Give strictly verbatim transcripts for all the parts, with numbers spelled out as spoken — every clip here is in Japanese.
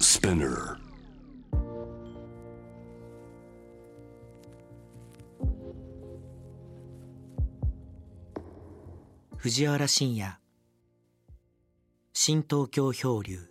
Spinner. 藤原信也、新東京漂流。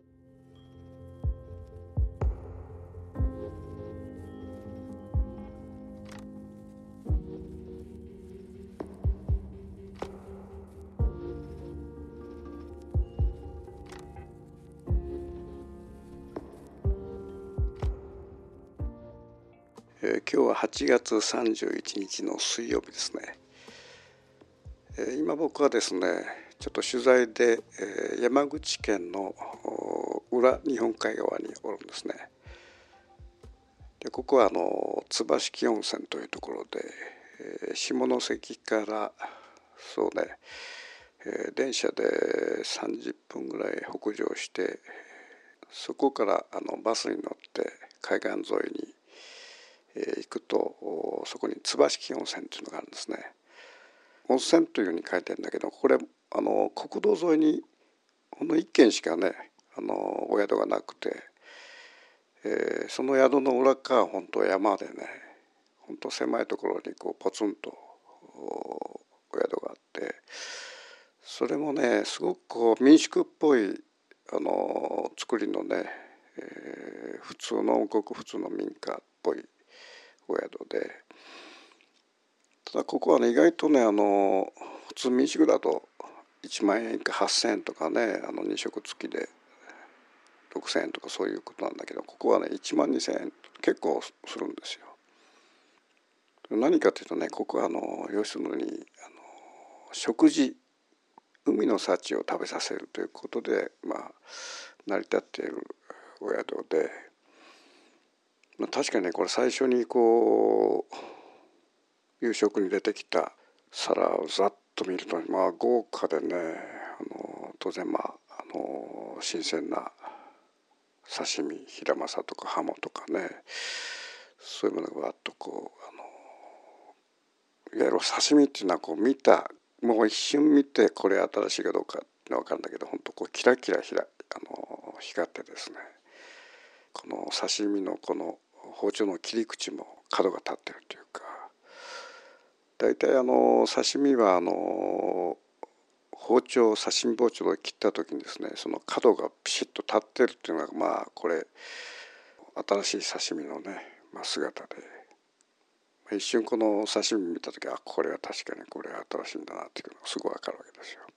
えー、今日ははちがつさんじゅういちにちの水曜日ですね。えー、今僕はですねちょっと取材で、えー、山口県の裏日本海側におるんですね。でここはあの椿木温泉というところで、えー、下関からそうね、えー、電車でさんじゅっぷんぐらい北上してそこからあのバスに乗って海岸沿いに行くとそこに椿木温泉というのがあるんですね。温泉というふうに書いてるんだけどこれあの国道沿いにほんのいっけんしかねあのお宿がなくて、えー、その宿の裏側は本当山でね本当狭いところにこうポツンとお宿があってそれもねすごくこう民宿っぽいあの作りのね、えー、普通のごく普通の民家っぽいお宿でただここはね意外とねあの普通民宿だといちまんえんかはっせんえんとかねあのに食付きでろくせんえんとかそういうことなんだけどここはねいちまんにせんえん結構するんですよ。何かというとねここはあの要するにあの食事海の幸を食べさせるということで、まあ、成り立っているお宿で、まあ、確かにねこれ最初にこう夕食に出てきた皿をざっと見るとまあ豪華でねあの当然まああの新鮮な刺身ヒラマサとかハモとかねそういうものがわっとこうあのいわゆる刺身っていうのはこう見たもう一瞬見てこれ新しいかどうかってのは分かるんだけど本当こうキラキラひらあの光ってですねこの刺身のこの包丁の切り口も角が立ってるというか大体あの刺身はあの包丁刺身包丁で切った時にですねその角がピシッと立ってるっていうのがまあこれ新しい刺身のね、まあ、姿で一瞬この刺身見た時はこれは確かにこれは新しいんだなっていうのがすごい分かるわけですよ。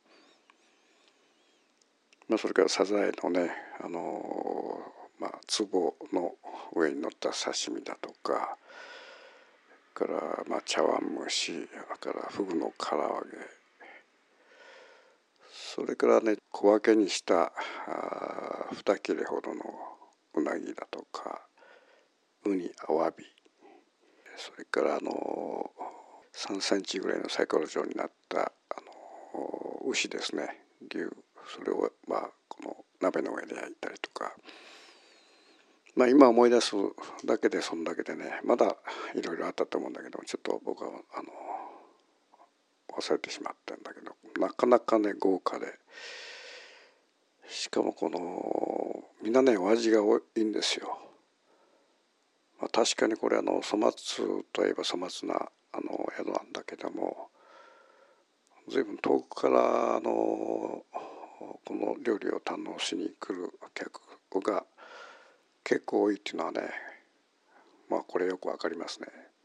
まあ、それからサザエのねあのまあ壺の上に乗った刺身だとかからまあ茶碗蒸しからフグの唐揚げそれからね小分けにした二切れほどのうなぎだとかウニアワビそれからあのさんセンチぐらいのサイコロ状になったあの牛ですね牛それをまあこの鍋の上で焼いたりとかまあ今思い出すだけでそんだけでねまだいろいろあったと思うんだけどちょっと僕はあの忘れてしまったんだけどなかなかね豪華でしかもこのみんなねお味がいいんですよ。まあ、確かにこれあの粗末といえば粗末なあの宿なんだけども随分遠くからあのこの料理を堪能しに来る客が結構多いっていうのはねまあこれよくわかりますね。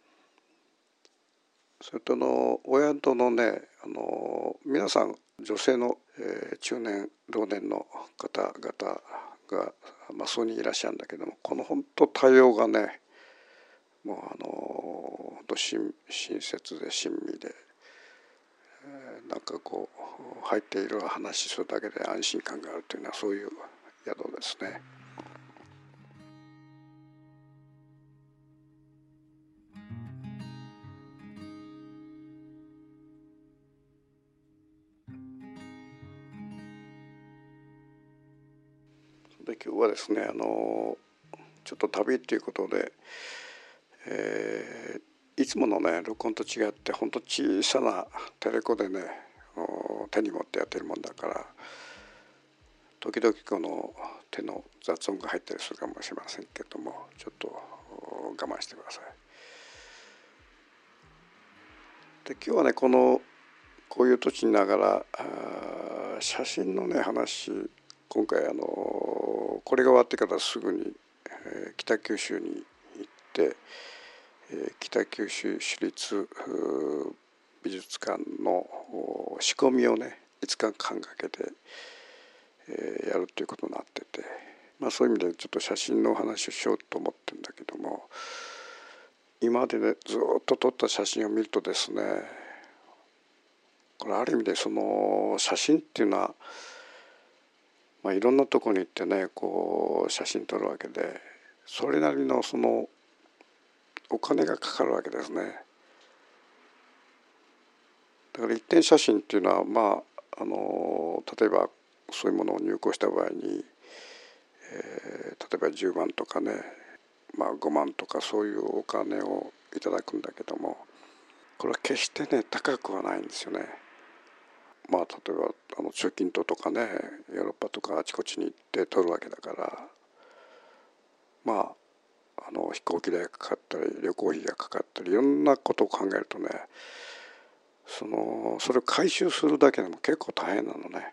それとあのお宿のねあの皆さん女性の、えー、中年老年の方々が、まあ、そうにいらっしゃるんだけどもこの本当対応がねもうあの本当親切で親身で、えー、なんかこう入っている話するだけで安心感があるというのはそういう宿ですね。で今日はですねあのちょっと旅っていうことで、えー、いつものね録音と違って本当小さなテレコでね手に持ってやってるもんだから時々この手の雑音が入ったりするかもしれませんけども、ちょっと我慢してください。で今日はね、このこういう土地にながら写真のね話、今回あのこれが終わってからすぐに、えー、北九州に行って、えー、北九州市立美術館の仕込みをねいつかかんかけて、えー、やるということになってて、まあ、そういう意味でちょっと写真のお話をしようと思ってるんだけども、今までねずっと撮った写真を見るとですね、これある意味でその写真っていうのは、まあ、いろんなとこに行ってねこう写真撮るわけで、それなりのそのお金がかかるわけですね。だから一点写真っていうのは、まああの例えばそういうものを入稿した場合に、えー、例えばじゅうまんとかね、まあ、ごまんとかそういうお金をいただくんだけども、これは決してね高くはないんですよね。まあ例えばあの中近東とかねヨーロッパとかあちこちに行って撮るわけだから、まああの飛行機代がかかったり旅行費がかかったりいろんなことを考えるとね、そのそれを回収するだけでも結構大変なのね。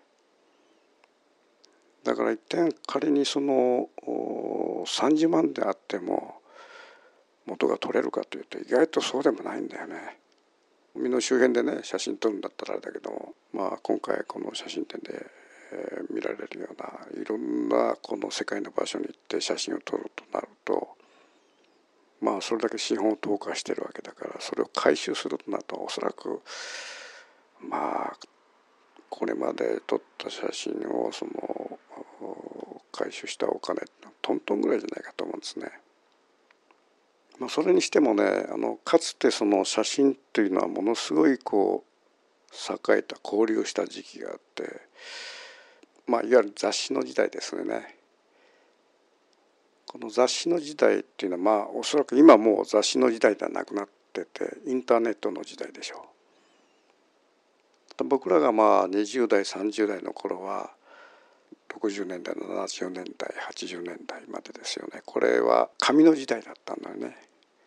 だから一点仮にそのさんじゅうまんであっても元が取れるかというと意外とそうでもないんだよね。海の周辺でね写真撮るんだったらあれだけども、まあ今回この写真展で、えー、見られるようないろんなこの世界の場所に行って写真を撮るとなると、まあそれだけ資本を投下してるわけだから、それを回収するとなるとおそらくまあこれまで撮った写真をその回収したお金トントンぐらいじゃないかと思うんですね。まあ、それにしてもね、あのかつてその写真というのはものすごいこう栄えた交流した時期があって、まあ、いわゆる雑誌の時代ですよね。この雑誌の時代っていうのはまあおそらく今もう雑誌の時代ではなくなっててインターネットの時代でしょう。僕らがまあにじゅう代さんじゅう代の頃はろくじゅうねんだいななじゅうねんだいはちじゅうねんだいまでですよね。これは紙の時代だったんだよね。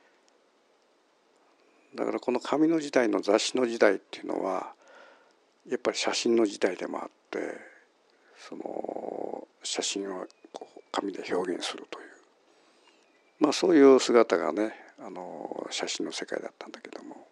だからこの紙の時代の雑誌の時代っていうのはやっぱり写真の時代でもあって、その写真をこう紙で表現するという、まあそういう姿がねあの写真の世界だったんだけども、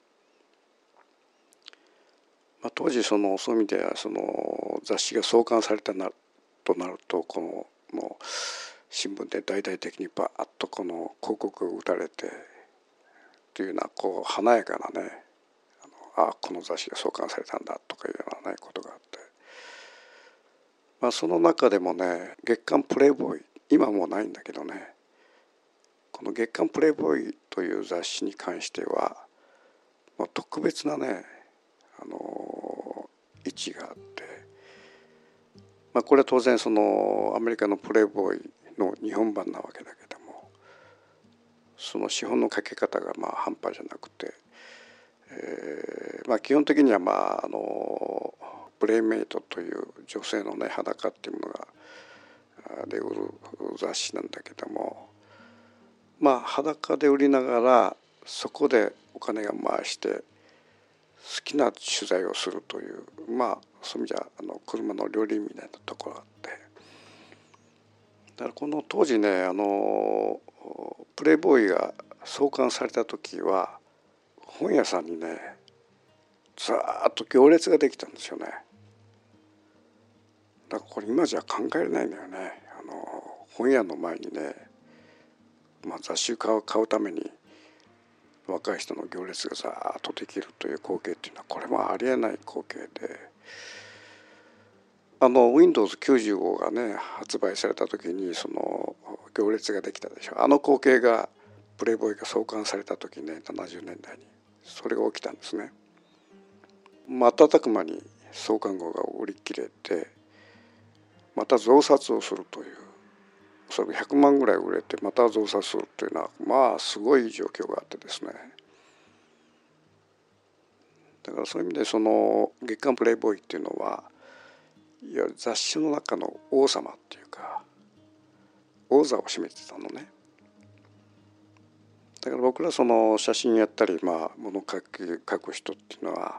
まあ、当時そのそういう意味ではその雑誌が創刊されたなとなると、このもう新聞で大々的にバーッとこの広告が打たれてというようなこう華やかなね、あのあこの雑誌が創刊されたんだとかいうような、ね、ことがあって、まあ、その中でもね月刊プレイボーイ、今もうないんだけどね、この月刊プレイボーイという雑誌に関しては、まあ、特別なねあの位置があって、まあ、これは当然そのアメリカのプレイボーイの日本版なわけだけども、その資本のかけ方がまあ半端じゃなくて、えーまあ、基本的にはまああのプレイメイトという女性のね裸っていうものがで売る雑誌なんだけども、まあ裸で売りながらそこでお金が回して好きな取材をするという、まあそういう意味じゃあの車の両輪みたいなところがあって、だからこの当時ねあのプレイボーイが創刊された時は本屋さんにねずーっと行列ができたんですよね。だからこれ今じゃ考えられないんだよね。あの本屋の前にね、まあ、雑誌を買う、買うために若い人の行列がざーっとできるという光景っていうのはこれもありえない光景で、あの ウィンドウズきゅうじゅうご がね発売された時にその行列ができたでしょ。あの光景がプレイボーイが創刊された時ねななじゅうねんだいにそれが起きたんですね。瞬く間に創刊号が売り切れて、また増刷をするという、それがひゃくまんぐらい売れてまた増刷するというのはまあすごい状況があってですね、だからそういう意味でその月刊プレイボーイっていうのはいわゆる雑誌の中の王様っていうか、 王座を占めてたのね。だから僕らその写真やったり、まあ物書く書く人っていうのは、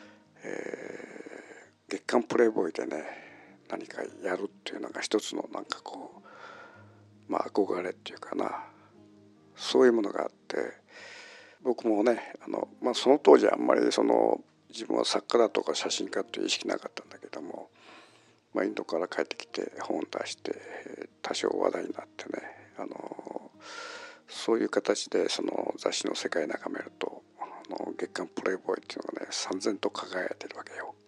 えー、月刊プレイボーイでね何かやるっていうのが一つのなんかこう、まあ憧れっていうかな、そういうものがあって、僕もねあの、まあ、その当時あんまりその自分は作家だとか写真家っていう意識なかったんだけども、まあ、インドから帰ってきて本を出して多少話題になってね、あのそういう形でその雑誌の世界を眺めると、あの月刊プレイボーイっていうのがね燦然と輝いてるわけよ。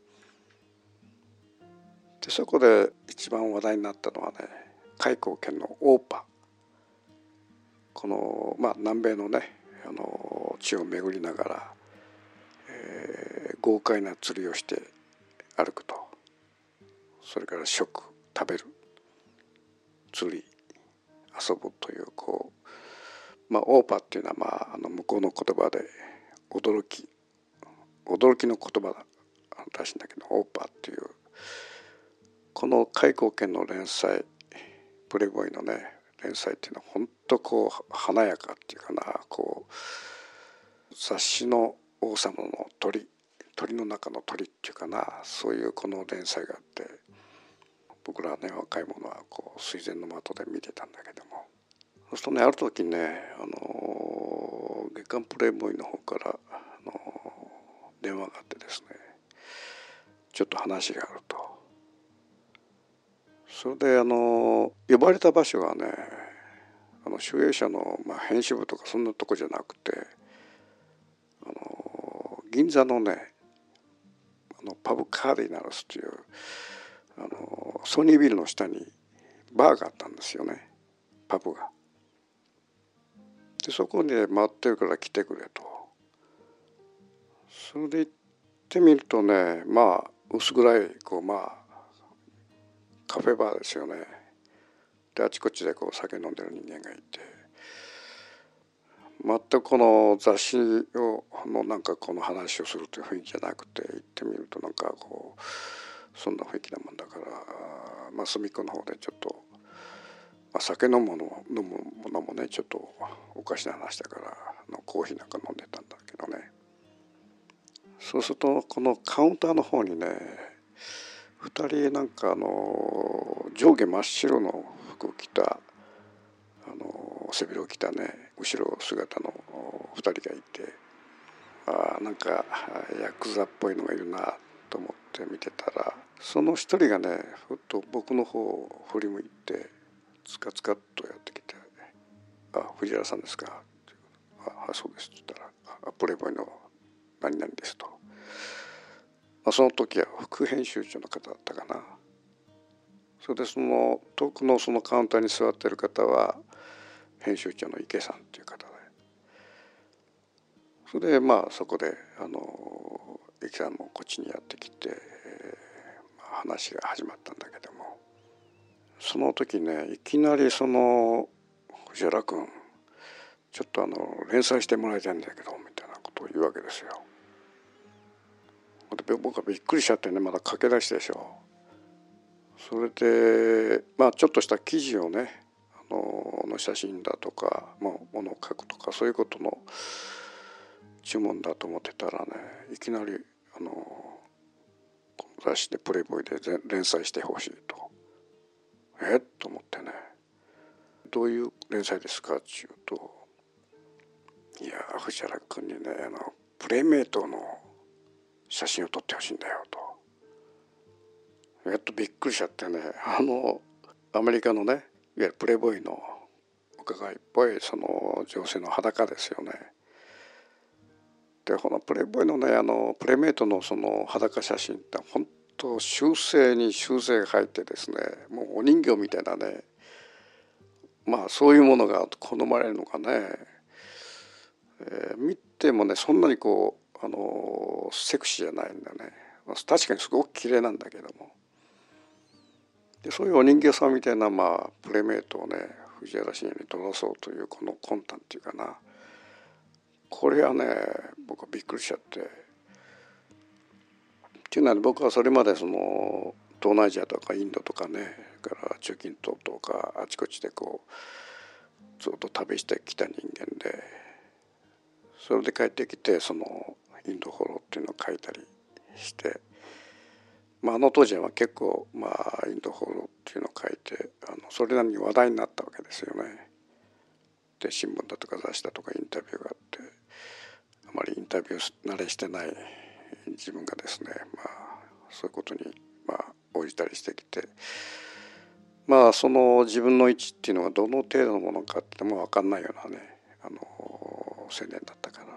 でそこで一番話題になったのはね、開口県のオーパ、この、まあ、南米のねあの地を巡りながら、えー、豪快な釣りをして歩くと、それから食食べる、釣り遊ぶというこう、まあ、オーパっていうのは、まあ、あの向こうの言葉で驚き驚きの言葉らしいんだけど、オーパっていうこの開口県の連載プレイボーイのね連載っていうのは本当こう華やかっていうかな、こう雑誌の王様の鳥鳥の中の鳥っていうかな、そういうこの連載があって、僕らね若い者はこう垂涎の的で見てたんだけども、そうするとねある時ね、あの月刊プレイボーイの方から、あの電話があってですね、ちょっと話があると。それであの呼ばれた場所がね、あの集英社の、まあ、編集部とかそんなとこじゃなくて、あの銀座のねあのパブカーディナルスというあのソニービルの下にバーがあったんですよね、パブが。でそこに、ね、回ってるから来てくれと。それで行ってみるとね、まあ薄暗いこうまあカフェバーですよね。であちこちでこう酒飲んでる人間がいて、全くこの雑誌をのなんかこの話をするという雰囲気じゃなくて、行ってみるとなんかこうそんな雰囲気なもんだから、まあ隅っこの方でちょっと、まあ、酒飲むもの飲むものもねちょっとおかしな話だからのコーヒーなんか飲んでたんだけどね。そうするとこのカウンターの方にねふたりなんかあの上下真っ白の服を着たあの背広を着たね後ろ姿のふたりがいて、あなんかヤクザっぽいのがいるなと思って見てたら、その一人がねふっと僕の方を振り向いてつかつかっとやってきて「あ藤原さんですか」って「あそうです」って言ったら「あプレイボーイの何々です」と。まあ、その時は副編集長の方だったかな。それでその遠くのそのカウンターに座っている方は編集長の池さんっていう方で、それでまあそこであの池さんもこっちにやってきて、えーまあ、話が始まったんだけども、その時ねいきなりその「藤原君ちょっとあの連載してもらいたいんだけど」みたいなことを言うわけですよ。で僕はびっくりしちゃってね、まだ駆け出しでしょ。それでまあちょっとした記事をねあのの写真だとか、まあ、ものを書くとかそういうことの注文だと思ってたらね、いきなりあの雑誌でプレイボーイで連載してほしいと。えっと思ってね、どういう連載ですかっていうと、いや藤原君にねあのプレイメイトの写真を撮ってほしいんだよと。やっとびっくりしちゃってね、あのアメリカのねいわゆるプレイボーイのお伺いっぽいその女性の裸ですよね。でこのプレイボーイのねあのプレイメイトのその裸写真って本当修正に修正が入ってですね、もうお人形みたいなね、まあそういうものが好まれるのかね、えー、見てもねそんなにこうあのセクシーじゃないんだね。確かにすごく綺麗なんだけども、でそういうお人形さんみたいな、まあ、プレイメイトをね藤原信也に取らそうというこの魂胆っていうかな、これはね僕はびっくりしちゃって。っていうのは僕はそれまでその東南アジアとかインドとかねから中近東とかあちこちでこうずっと旅してきた人間で、それで帰ってきてそのインド放浪っていうのを書いたりして、まあ、あの当時は結構、まあ、インド放浪っていうのを書いてあのそれなりに話題になったわけですよね。で新聞だとか雑誌だとかインタビューがあって、あまりインタビュー慣れしてない自分がですね、まあ、そういうことに、まあ、応じたりしてきて、まあその自分の位置っていうのがどの程度のものかっても分かんないようなねあの青年だったから、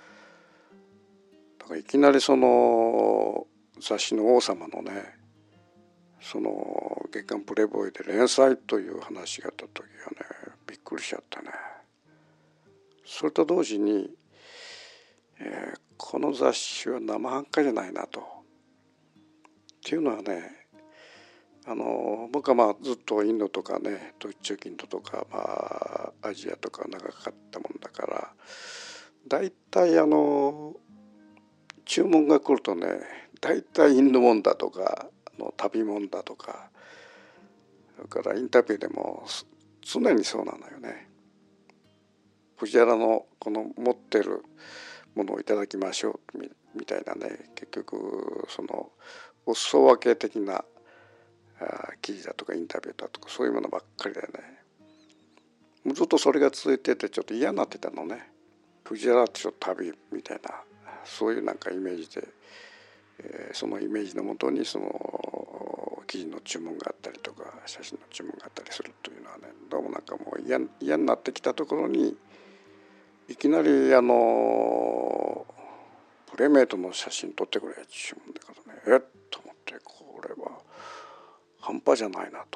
だからいきなりその雑誌の王様のねその月刊プレイボーイで連載という話があった時はねびっくりしちゃったね。それと同時に、えー、この雑誌は生半可じゃないなとっていうのはね、あの僕はまあずっとインドとかねドイツ中近東とか、まあ、アジアとか長かったもんだからだいたいあの注文が来るとねだいたいインドもんだとかの旅もんだとか、それからインタビューでも常にそうなのよね。藤原のこの持ってるものをいただきましょう み, みたいなね、結局そのお裾分け的な記事だとかインタビューだとかそういうものばっかりでね、もうずっとそれが続いててちょっと嫌になってたのね。藤原ってちょっと旅みたいなそういうなんかイメージで、えー、そのイメージのもとにその記事の注文があったりとか写真の注文があったりするというのはね、どうもなんかもう 嫌, 嫌になってきたところにいきなりあのプレイメイトの写真撮ってくれって注文だからね、えっと思ってこれは半端じゃないなと。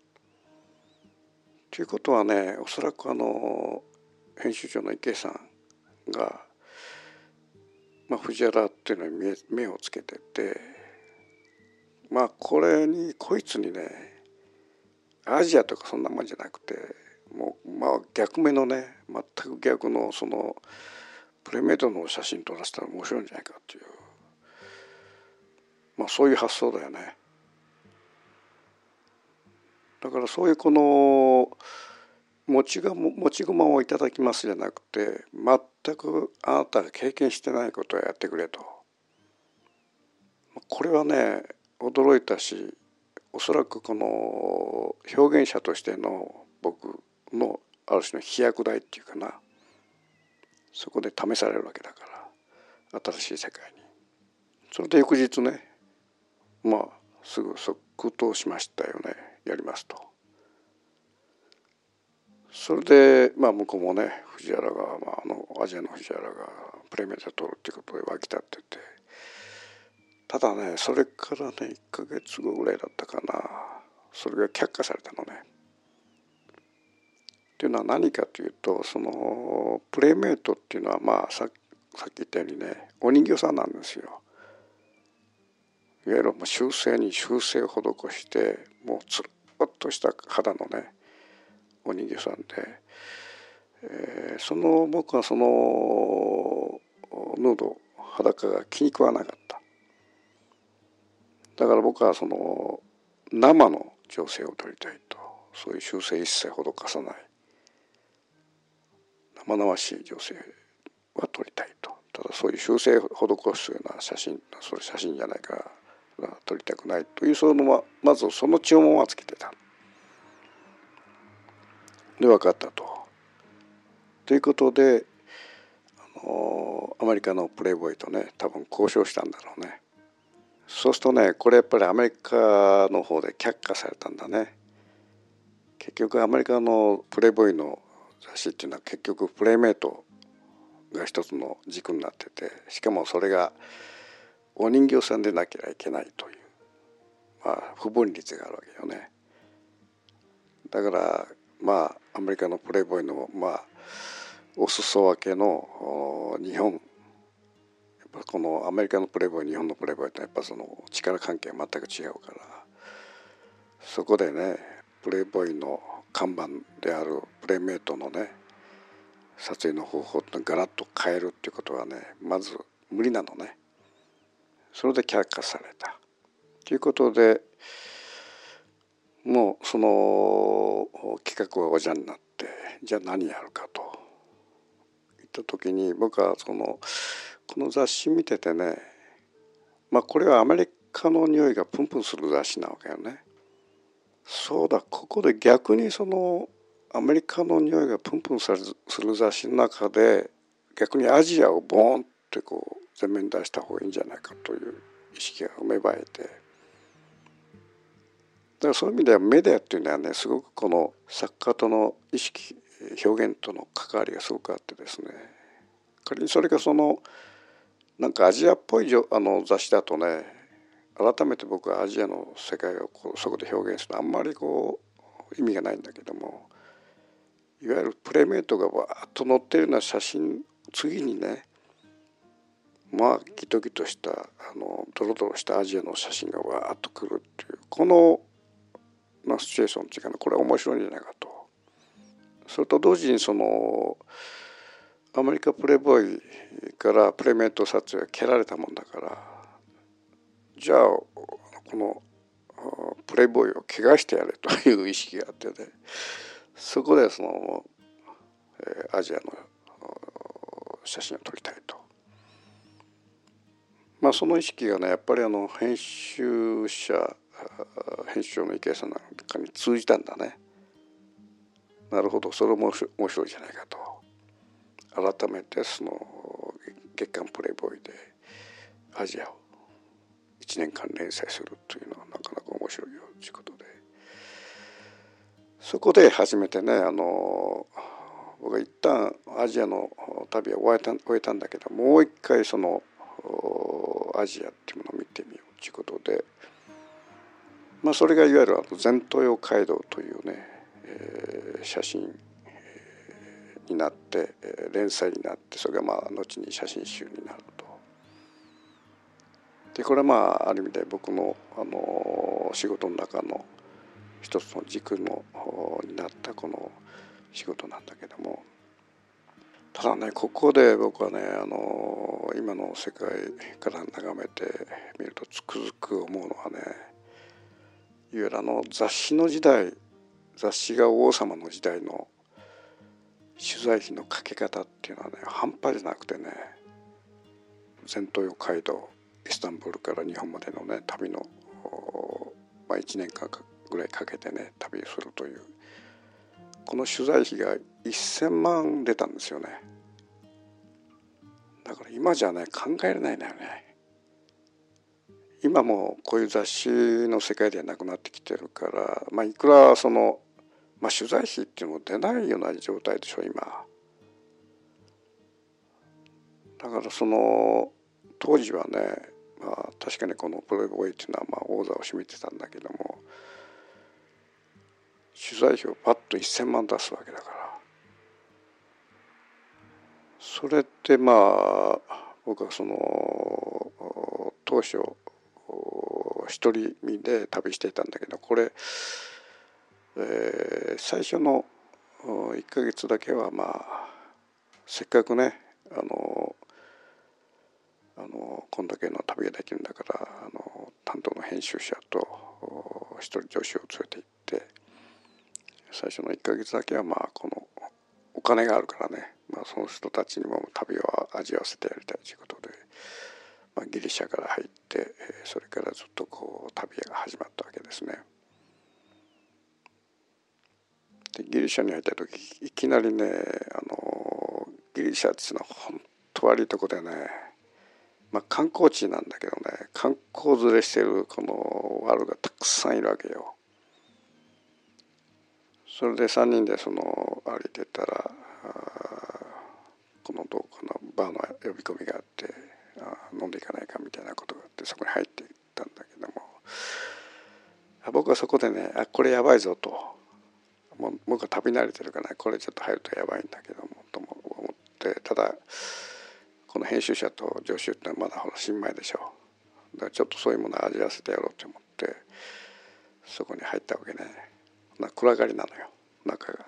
ということはね、おそらくあの編集長の池さんが、まあ、藤原っていうのに 目, 目をつけてて、まあこれにこいつにねアジアとかそんなもんじゃなくてもうまあ逆目のね全く逆のそのプレイメイトの写真撮らせたら面白いんじゃないかっていう、まあそういう発想だよね。だからそういうこの持ちが持ち駒をいただきますじゃなくて全くあなたが経験してないことをやってくれと。これはね驚いたし、おそらくこの表現者としての僕のある種の飛躍台っていうかな、そこで試されるわけだから新しい世界に。それで翌日ねまあすぐ即答しましたよね、やりますと。それでまあ向こうもね藤原が、まあ、あのアジアの藤原がプレイメイトを取るっていうことで沸き立ってて、ただねそれからねいっかげつごぐらいだったかな、それが却下されたのね。っていうのは何かというと、そのプレイメイトっていうのはまあさ, さっき言ったようにねお人形さんなんですよ。いわゆるもう修正に修正を施してもうつるっとした肌のねお人形さんで、えー、その僕はそのヌード裸が気に食わなかった。だから僕はその生の女性を撮りたいと、そういう修正一切施さない生々しい女性は撮りたいと。ただそういう修正を施すような写真、それ写真じゃないから撮りたくないという、そのまずその注文はつけてた。で分かったと。ということであのアメリカのプレイボーイとね多分交渉したんだろうね。そうするとねこれやっぱりアメリカの方で却下されたんだね。結局アメリカのプレイボーイの雑誌っていうのは結局プレイメイトが一つの軸になってて、しかもそれがお人形さんでなければいけないという、まあ、不分率があるわけよね。だからまあアメリカのプレイボーイのまあお裾分けの日本、やっぱこのアメリカのプレイボーイ日本のプレイボーイってやっぱその力関係は全く違うから、そこでねプレイボーイの看板であるプレイメイトのね撮影の方法ってガラッと変えるっていうことはねまず無理なのね。それで却下されたということで、 その企画がおじゃんになって、じゃあ何やるかといった時に、僕はそのこの雑誌見ててね、まあこれはアメリカの匂いがプンプンする雑誌なわけよね。そうだ、ここで逆にそのアメリカの匂いがプンプンする雑誌の中で逆にアジアをボーンってこう前面に出した方がいいんじゃないかという意識が芽生えて、だからそういう意味ではメディアっていうのはね、すごくこの作家との意識表現との関わりがすごくあってですね、仮にそれがそのなんかアジアっぽいあの雑誌だとね、改めて僕はアジアの世界をこうそこで表現するのはあんまりこう意味がないんだけども、いわゆるプレイメイトがわーっと載ってるような写真、次にね、まあギトギトしたあのドロドロしたアジアの写真がわーっとくるっていう、この、まあ、シチュエーションっていうかね、これは面白いんじゃないかと。それと同時にそのアメリカプレイボーイからプレイメイト撮影が蹴られたもんだから、じゃあこのプレイボーイを怪我してやれという意識があってね、そこでその、えー、アジアの写真を撮りたいと。まあその意識がね、やっぱりあの編集者編集長の池江さんなんかに通じたんだね。なるほど、それも面白いじゃないかと。改めてその月刊プレイボーイでアジアをいちねんかん連載するというのはなかなか面白いよということで、そこで初めてね、あの僕は一旦アジアの旅は終えた終えたんだけど、もう一回そのアジアっていうものを見てみようということで、まあそれがいわゆるあの前東洋街道というね、えー、写真になって、えー、連載になって、それがまあ後に写真集になると。でこれはまあある意味で僕の、あの仕事の中の一つの軸のになったこの仕事なんだけども、ただね、ここで僕はね、あの今の世界から眺めてみるとつくづく思うのはね、いわゆるあの雑誌の時代、雑誌が王様の時代の取材費のかけ方っていうのはね、半端じゃなくてね、前東洋街道、イスタンブールから日本までのね旅の、まあ、いちねんかんぐらいかけてね旅をするという、この取材費がせんまん出たんですよね。だから今じゃね考えられないんだよね。今もこういう雑誌の世界ではなくなってきてるから、まあいくらその、まあ、取材費っていうのも出ないような状態でしょ今。だからその当時はね、まあ、確かにこのプレイボーイっていうのはまあ王座を占めてたんだけども、取材費をパッとせんまん出すわけだから、それってまあ僕はその当初一人身で旅していたんだけど、これ、えー、最初のいっかげつだけはまあせっかくね、あのあのこんだけの旅ができるんだから、あの担当の編集者と一人助手を連れて行って、最初のいっかげつだけはまあこのお金があるからね、まあ、その人たちにも旅を味わわせてやりたいということで、まあ、ギリシャから入って、それからずっとこう旅が始まったわけですね。でギリシャに入った時いきなりね、あのギリシャっていうのは本当悪いとこでね、まあ、観光地なんだけどね、観光連れしてるこのワルがたくさんいるわけよ。それでさんにんでその歩いてたら、このどこのバーの呼び込みがあって、飲んでいかないかみたいなことがあって、そこに入っていったんだけども、僕はそこでね、あこれやばいぞと、もう僕は旅慣れてるからこれちょっと入るとやばいんだけどもと思って、ただこの編集者と助手ってのはまだほら新米でしょ。だからちょっとそういうものを味わわせてやろうと思ってそこに入ったわけね。暗がりなのよ中が。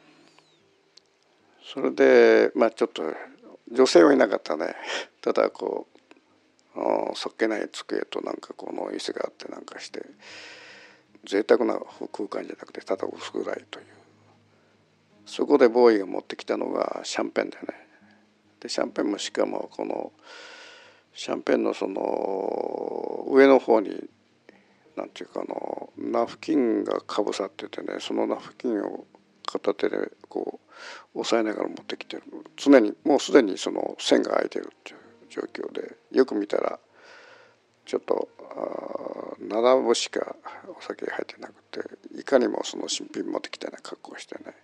それでまあちょっと女性はいなかったね。ただこうそっけない机となんかこの椅子があってなんかして、 贅沢な空間じゃなくてただ薄暗いという。そこでボーイが持ってきたのがシャンペンでね。でシャンペンもしかもこのシャンペンのその上の方になんていうかあのナフキンがかぶさっててね、そのナフキンを片手でこう押さえながら持ってきてる。常にもうすでにその線が開いてるっていう状況で、よく見たらちょっとななぶしかお酒入ってなくて、いかにもその新品持ってきたような格好をしてね、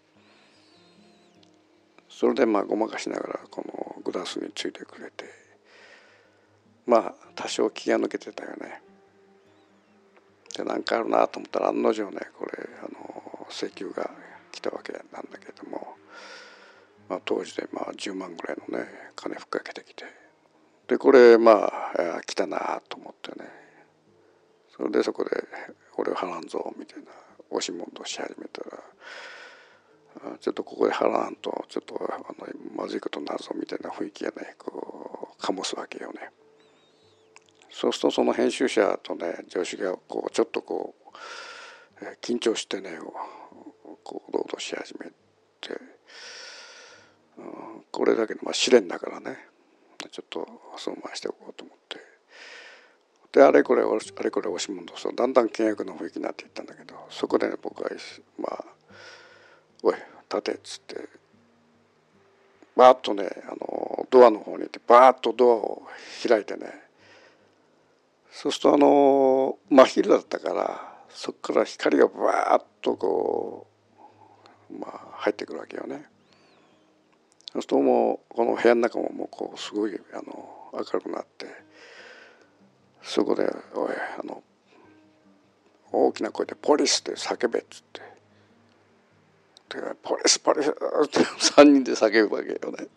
それでまあごまかしながらこのグラスについてくれて、まあ多少気が抜けてたよね。で何かあるなと思ったら案の定ね、これあの請求が来たわけなんだけども、まあ、当時でまあじゅうまんぐらいのね金ふっかけてきて、でこれまあ来たなと思ってね、それでそこで俺は払わんぞみたいな押し問答し始めたら、ちょっとここで払わんとちょっとあのまずいことになるぞみたいな雰囲気がねこう醸すわけよね。そうするとその編集者とね上司がこうちょっとこう緊張してねこう堂々し始めて、うん、これだけのまあ試練だからね、ちょっとそう回しておこうと思って、であれこれあれこれ押し問答するとだんだん険悪な雰囲気になっていったんだけど、そこでね僕はまあおい立てっつってバーッとねあのドアの方に行ってバーッとドアを開いてね、そうするとあの真昼だったからそこから光がバーッとこうまあ入ってくるわけよね。そうするともうこの部屋の中ももうこうすごいあの明るくなって、そこでおいあの大きな声でポリスって叫べっつって、でポリスポリスってさんにんで叫ぶわけよね。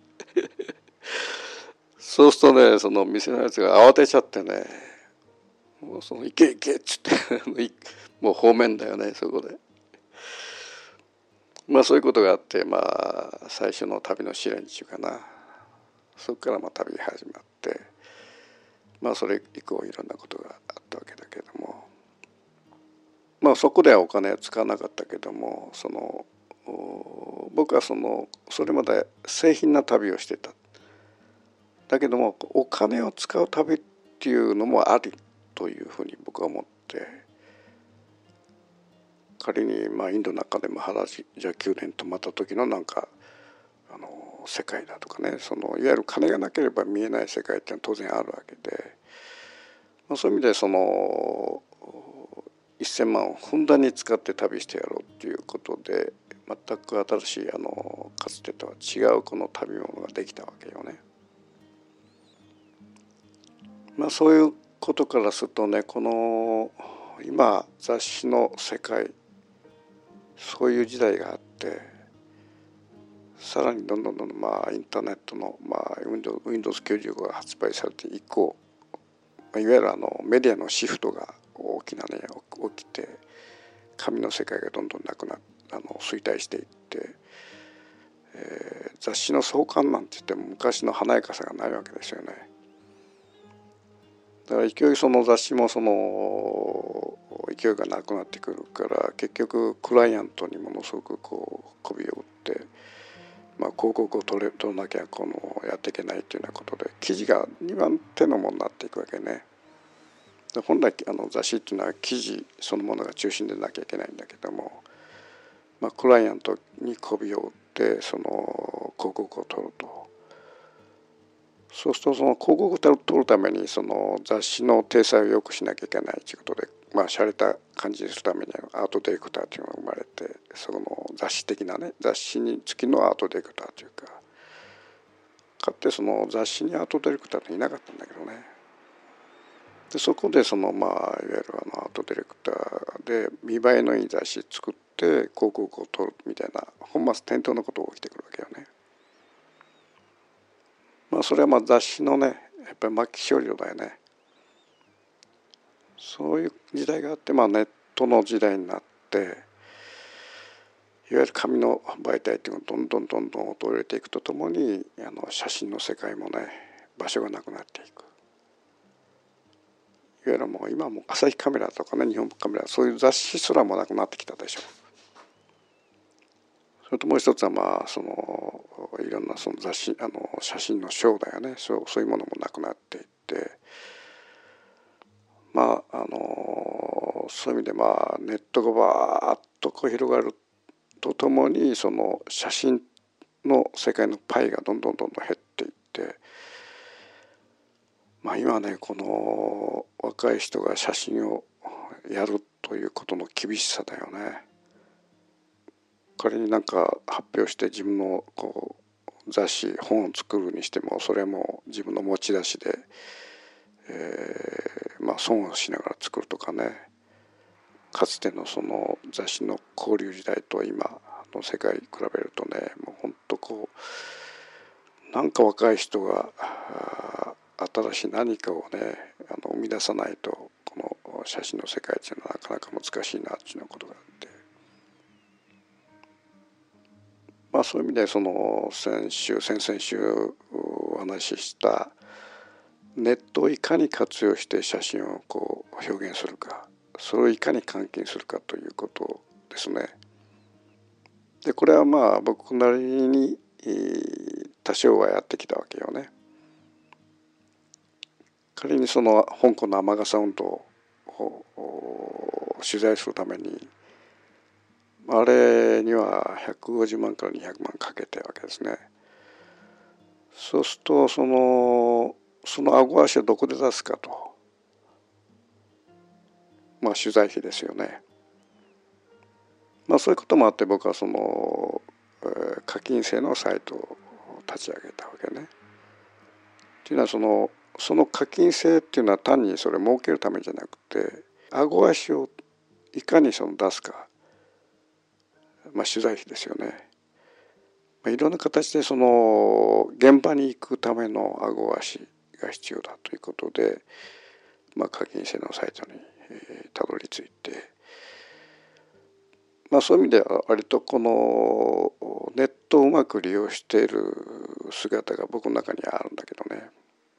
そうするとねその店のやつが慌てちゃってね、もうその行け行けっつってもう方面だよねそこで。まあそういうことがあって、まあ最初の旅の試練中かな、そこからまあ旅が始まって、まあそれ以降いろんなことがあったわけだけども、まあそこではお金は使わなかったけども、その僕はそのそれまで製品な旅をしてた。だけどもお金を使う旅っていうのもありというふうに僕は思って、仮にまあインドの中でも原宿宮殿泊まった時のなんかあの世界だとかね、そのいわゆる金がなければ見えない世界っていうのは当然あるわけで、まあ、そういう意味でそのせんまんをふんだんに使って旅してやろうっていうことで、全く新しいあのかつてとは違うこの旅物ができたわけよね。まあそういうことからするとね、この今雑誌の世界そういう時代があって、さらにどんどんどんどんまあインターネットのまあ ウィンドウズきゅうじゅうご が発売されて以降、いわゆるあのメディアのシフトが大きなね起きて、紙の世界がどんどんなくなあの衰退していって、えー、雑誌の創刊なんて言っても昔の華やかさがないわけですよね。だから勢いその雑誌もその勢いがなくなってくるから、結局クライアントにものすごくこう媚びを打って、まあ、広告を取れ取らなきゃこのやっていけないというようなことで記事がにばん手のものになっていくわけね。本来あの雑誌っていうのは記事そのものが中心でなきゃいけないんだけども、まあ、クライアントに媚びを打ってその広告を取ると。そうするとその広告を取るためにその雑誌の体裁を良くしなきゃいけないということで、まあ洒落た感じにするためにアートディレクターというのが生まれて、その雑誌的なね雑誌に付きのアートディレクターというか、かつてその雑誌にアートディレクターっていなかったんだけどね。でそこでそのまあいわゆるあのアートディレクターで見栄えのいい雑誌作って広告を取るみたいな本末転倒のことが起きてくるわけよね。まあそれはまあ雑誌のねやっぱり末期少量だよね。そういう時代があって、まあ、ネットの時代になって、いわゆる紙の媒体っていうのがどんどんどんどん衰えていくとともに、あの写真の世界もね場所がなくなっていく。 ゆるもう今も朝日カメラとかね、日本カメラ、そういう雑誌すらもなくなってきたでしょ。それともう一つはまあそのいろんなその雑誌あの写真のショーだよね。そうそういうものもなくなっていって、まああのそういう意味でまあネットがバーッとこう広がるとともに、その写真の世界のパイがどんどんどんどん減っていって、まあ今ねこの若い人が写真をやるということの厳しさだよね。仮になんか発表して自分のこう雑誌本を作るにしても、それはもう自分の持ち出しで、えー、まあ損をしながら作るとかね。かつてのその雑誌の交流時代と今の世界比べるとね、もう本当こうなんか若い人が新しい何かをねあの生み出さないと、この写真の世界っていうのはなかなか難しいなっていうようなことがあって、まあそういう意味でその先週先々週お話ししたネットをいかに活用して写真をこう表現するか、それをいかに換金するかということですね。でこれはまあ僕なりに多少はやってきたわけよね。仮にその香港の雨傘運動を取材するために、あれにはひゃくごじゅうまんからにひゃくまんかけてるわけですね。そうするとそのその顎足をどこで出すかと、まあ取材費ですよね。まあそういうこともあって、僕はその、えー、課金制のサイトを立ち上げたわけね。っていうのはそのその課金制っていうのは単にそれ儲けるためじゃなくて、顎足をいかにその出すか、まあ取材費ですよね。まあ、いろんな形でその現場に行くための顎足が必要だということで、まあ課金制のサイトにたどり着いて、まあそういう意味では割とこのネットをうまく利用している姿が僕の中にあるんだけどね。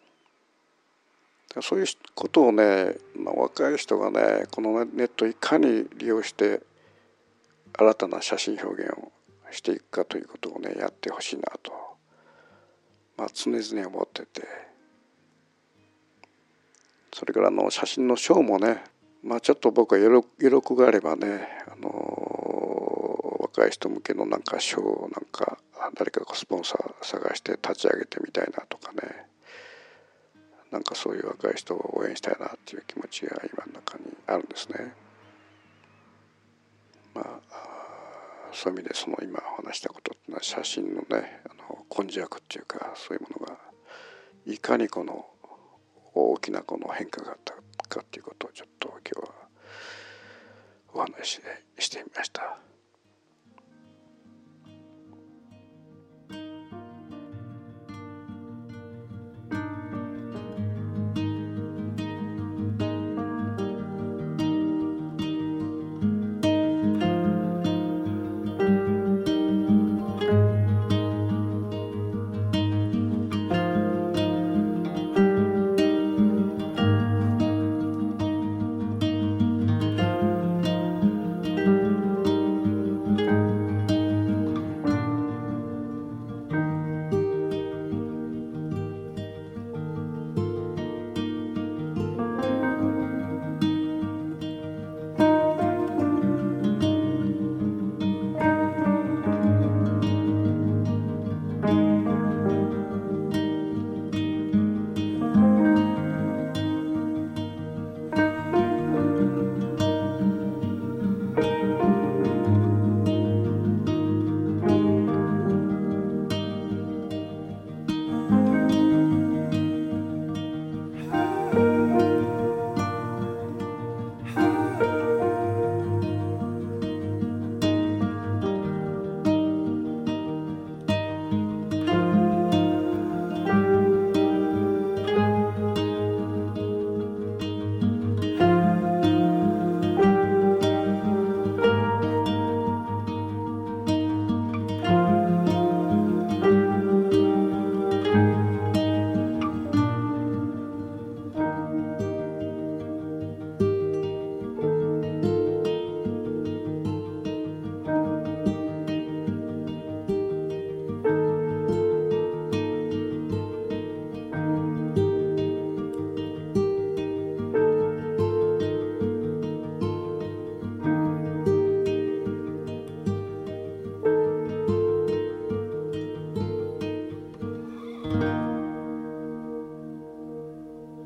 そういうことをね、まあ、若い人がねこのネットをいかに利用して新たな写真表現をしていくかということをねやってほしいなと、まあ、常々思ってて、それからあの写真のショーもね、まあちょっと僕は余力があればね、あの若い人向けのなんかショーをなんか誰かがスポンサー探して立ち上げてみたいなとかね、なんかそういう若い人を応援したいなっていう気持ちが今の中にあるんですね。まあそういう意味でその今お話したことっていうのは、写真のねあの根性悪っていうか、そういうものがいかにこの大きなこの変化があったかっていうことをちょっと今日はお話ししてみました。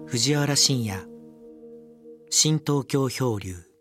藤原信也、新東京漂流。